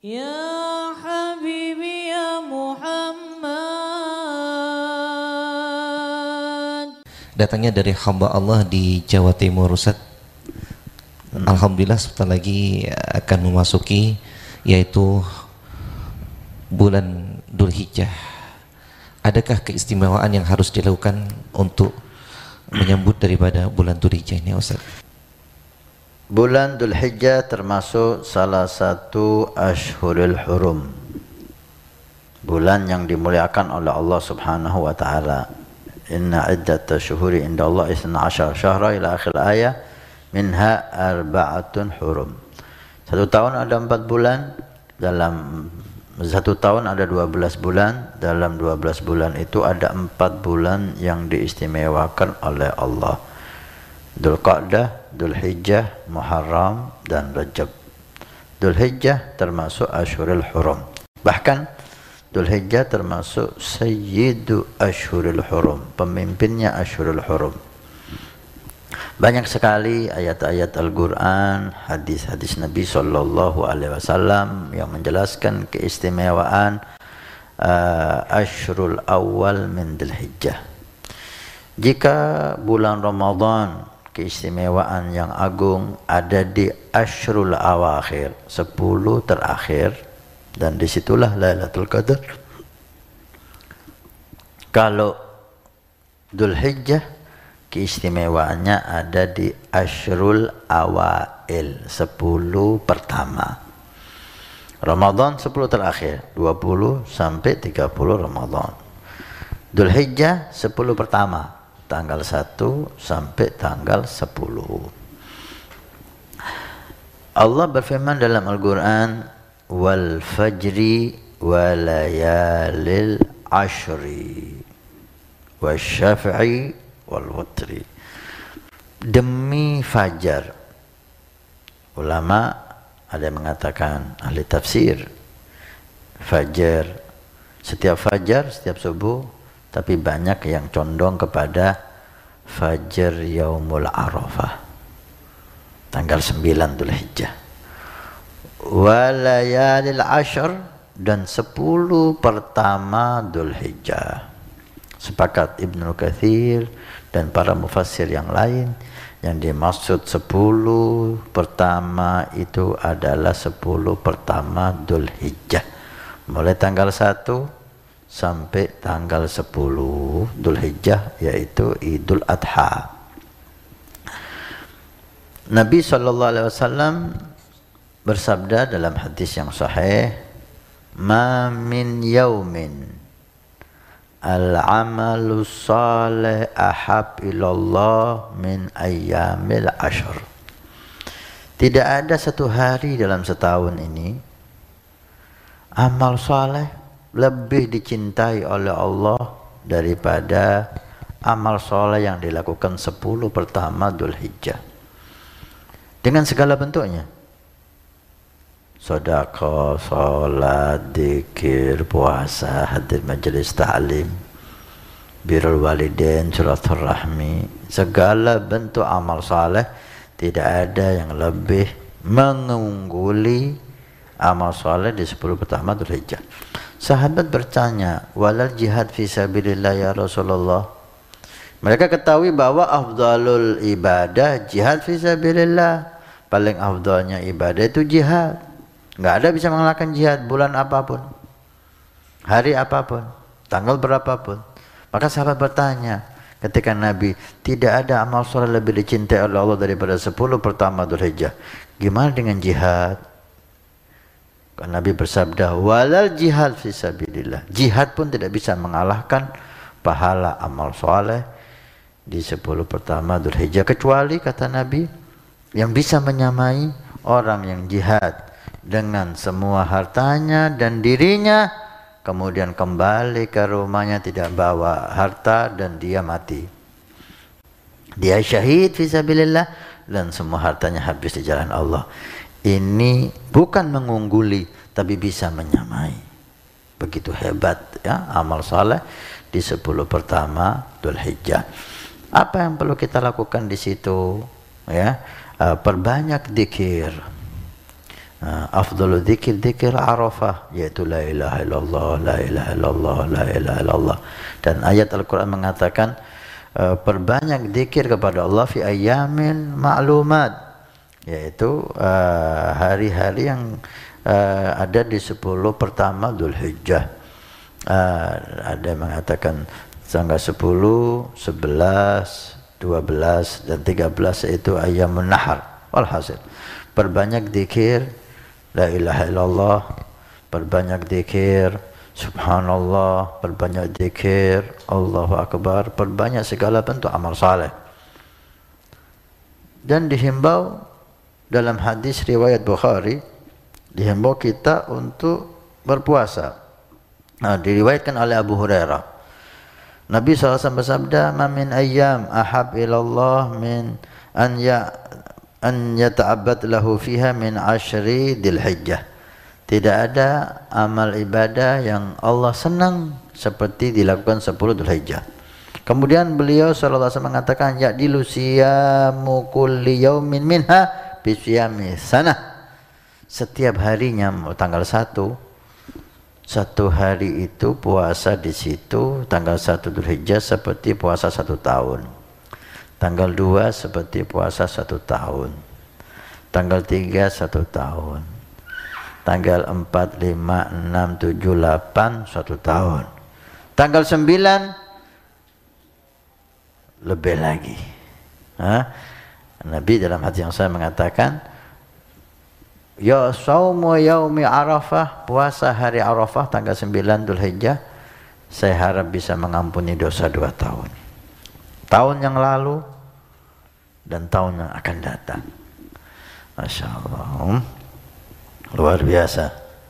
Ya Habibi ya Muhammad. Datangnya dari hamba Allah di Jawa Timur, Ustaz. Alhamdulillah sebentar lagi akan memasuki yaitu bulan Dzulhijjah. Adakah keistimewaan yang harus dilakukan untuk menyambut daripada bulan Dzulhijjah ini, Ustaz? Bulan Dzulhijjah termasuk salah satu Ashhurul Hurum, bulan yang dimuliakan oleh Allah Subhanahu wa taala. Inna iddata syuhuri indallahi 12 syahra ila akhir ayat minha arba'atun hurum. Satu tahun ada 4 bulan, dalam satu tahun ada 12 bulan, dalam 12 bulan itu ada 4 bulan yang diistimewakan oleh Allah. Dzulqa'dah, Dzulhijjah, Muharram dan Rajab. Dzulhijjah termasuk Ashhurul Hurum. Bahkan Dzulhijjah termasuk Sayyidu Ashhurul Hurum, pemimpinnya Ashhurul Hurum. Banyak sekali ayat-ayat Al-Quran, hadis-hadis Nabi Sallallahu Alaihi Wasallam yang menjelaskan keistimewaan Ashrul Awal min Dzulhijjah. Jika bulan Ramadan, keistimewaan yang agung ada di Ashrul Awakhir, 10 terakhir, dan disitulah Lailatul Qadar. Kalau Dzulhijjah, keistimewaannya ada di Ashrul Awail, 10 pertama. Ramadan 10 terakhir, 20 sampai 30 Ramadan. Dzulhijjah 10 pertama, tanggal 1 sampai tanggal 10. Allah berfirman dalam Al-Quran, wal fajri wa layalil ashri wa syafi'i wal wutri. Demi fajar. Ulama ada yang mengatakan, ahli tafsir, fajar, setiap fajar, setiap subuh, tapi banyak yang condong kepada Fajar Yaumul Arafah, tanggal 9 Dzulhijjah. Walayalil Ashr, dan 10 pertama Dzulhijjah. Sepakat Ibnu Katsir dan para mufassir yang lain, yang dimaksud 10 pertama itu adalah 10 pertama Dzulhijjah, mulai tanggal 1 sampai tanggal 10 Dzulhijjah, yaitu Idul Adha. Nabi SAW bersabda dalam hadis yang sahih, ma min yaumin al-amalu salih ahab ilallah min ayyamil ashr. Tidak ada satu hari dalam setahun ini amal saleh lebih dicintai oleh Allah daripada amal soleh yang dilakukan 10 pertama Dzulhijjah, dengan segala bentuknya. Sedekah, salat, zikir, puasa, hadir majelis ta'lim, birrul walidain, silaturahmi, segala bentuk amal saleh, tidak ada yang lebih mengungguli amal saleh di 10 pertama Dzulhijjah. Sahabat bertanya, walal jihad fi sabilillah ya Rasulullah. Mereka ketahui bahwa afdalul ibadah jihad fi sabilillah. Paling afdalnya ibadah itu jihad. Nggak ada bisa mengalahkan jihad bulan apapun, hari apapun, tanggal berapapun. Maka sahabat bertanya ketika Nabi, tidak ada amal soleh lebih dicintai oleh Allah daripada 10 pertama Dzulhijjah, gimana dengan jihad? Nabi bersabda, walal jihad fisabilillah, jihad pun tidak bisa mengalahkan pahala amal soleh di 10 pertama Dzulhijjah, kecuali kata Nabi yang bisa menyamai orang yang jihad dengan semua hartanya dan dirinya, kemudian kembali ke rumahnya tidak bawa harta dan dia mati. Dia syahid fisabilillah dan semua hartanya habis di jalan Allah. Ini bukan mengungguli, tapi bisa menyamai. Begitu hebat ya amal saleh di 10 pertama Dzulhijjah. Apa yang perlu kita lakukan di situ? Ya, perbanyak dzikir. Afdalu dzikir dzikir Arafah, yaitu la ilaha illallah, la ilaha illallah, la ilaha illallah. Dan ayat Al-Quran mengatakan perbanyak dzikir kepada Allah fi ayyamin ma'lumat, yaitu hari-hari yang ada di 10 pertama Dzulhijjah. Ada yang mengatakan tanggal 10, 11, 12 dan 13 yaitu ayyamun nahar. Walhasil perbanyak dzikir la ilaha illallah, perbanyak dzikir subhanallah, perbanyak dzikir Allahu akbar, perbanyak segala bentuk amal saleh. Dan dihimbau dalam hadis riwayat Bukhari, dihimbau kita untuk berpuasa. Diriwayatkan oleh Abu Hurairah, Nabi SAW bersabda, "Ma min ayyam ahab ilallah min an yata'abbad lahu fiha min 10 Dzulhijjah." Tidak ada amal ibadah yang Allah senang seperti dilakukan 10 Dzulhijjah. Kemudian beliau sallallahu alaihi wasallam mengatakan, "Ya'dilu siyamu kulli yaumin minha bi siyami sanah." Setiap harinya tanggal 1 hari itu puasa di situ tanggal 1 Dzulhijjah seperti puasa 1 tahun. Tanggal 2 seperti puasa 1 tahun. Tanggal 3 1 tahun. Tanggal 4, 5, 6, 7, 8 1 tahun. Tanggal 9 lebih lagi. Nabi dalam hadis yang saya mengatakan, ya saumu yaumi Arafah, puasa hari Arafah tanggal 9 Dzulhijjah, saya harap bisa mengampuni dosa 2 tahun. Tahun yang lalu dan tahun yang akan datang. Masya Allah, luar biasa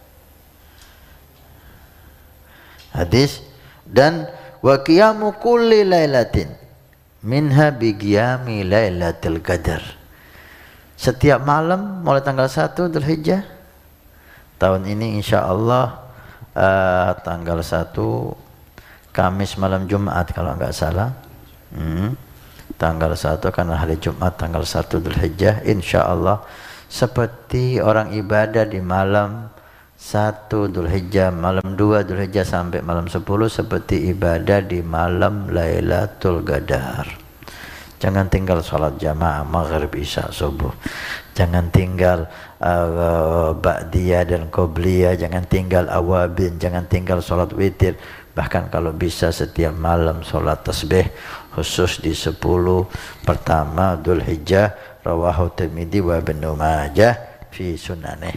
hadis. Dan wa qiyamu kulli lailatin minha bi qiyami lailatul qadar. Setiap malam mulai tanggal 1 Dzulhijjah tahun ini insya Allah tanggal 1 Kamis malam Jumat kalau enggak salah, tanggal 1 karena hari Jumat tanggal 1 Dzulhijjah, insya Allah seperti orang ibadah di malam 1 Dzulhijjah, malam 2 Dzulhijjah sampai malam 10 seperti ibadah di malam Lailatul Qadar. Jangan tinggal sholat jamaah maghrib isya subuh, jangan tinggal ba'diyah dan qobliyah, jangan tinggal awabin, jangan tinggal sholat witir. Bahkan kalau bisa setiap malam sholat tasbih, khusus di 10 pertama Dzulhijjah. Rawahu Tirmidzi wa Ibnu Majah fi sunanih.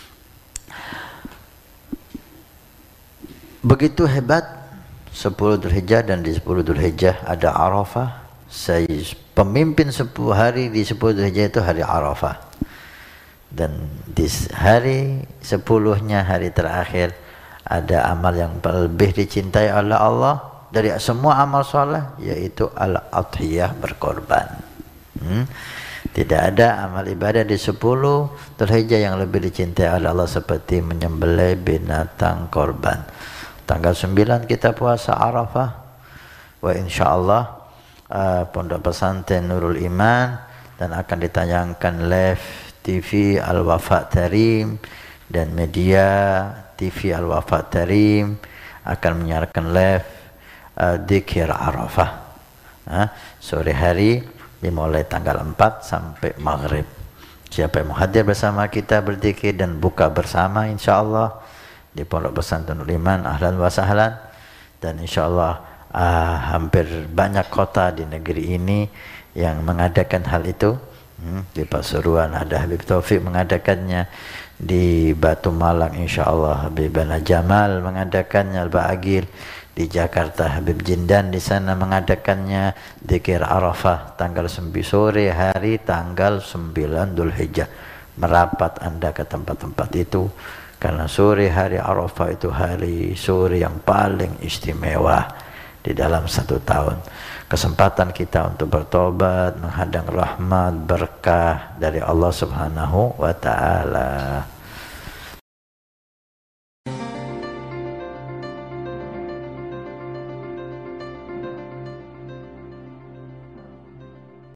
Begitu hebat 10 Dzulhijjah, dan di 10 Dzulhijjah ada Arafah. Pemimpin 10 hari di 10 Dzulhijjah itu hari Arafah. Dan di hari 10-nya, hari terakhir, ada amal yang lebih dicintai oleh Allah dari semua amal soleh, yaitu al-adhiyah, berkorban. Tidak ada amal ibadah di 10 Dzulhijjah yang lebih dicintai oleh Allah seperti menyembelih binatang korban. Tanggal 9 kita puasa Arafah. Wa insyaallah Pondok Pesantren Nurul Iman, dan akan ditayangkan live TV Al-Wafa Tarim dan media TV Al-Wafa Tarim akan menyiarkan live dzikir Arafah sore hari dimulai tanggal 4 sampai maghrib. Siapa yang mau hadir bersama kita berzikir dan buka bersama insyaallah di Pondok Pesantren Nurul Iman, ahlan wa sahlan. Dan insyaallah hampir banyak kota di negeri ini yang mengadakan hal itu. Di Pasuruan ada Habib Taufik mengadakannya, di Batu Malang insyaallah Habibana Jamal mengadakannya, Al-Ba'agil. Di Jakarta Habib Jindan di sana mengadakannya, dzikir Arafah tanggal 9 sore hari tanggal 9 Dzulhijjah. Merapat Anda ke tempat-tempat itu, karena sore hari Arafah itu hari sore yang paling istimewa di dalam 1 tahun. Kesempatan kita untuk bertobat, menghadang rahmat, berkah dari Allah Subhanahu wa ta'ala.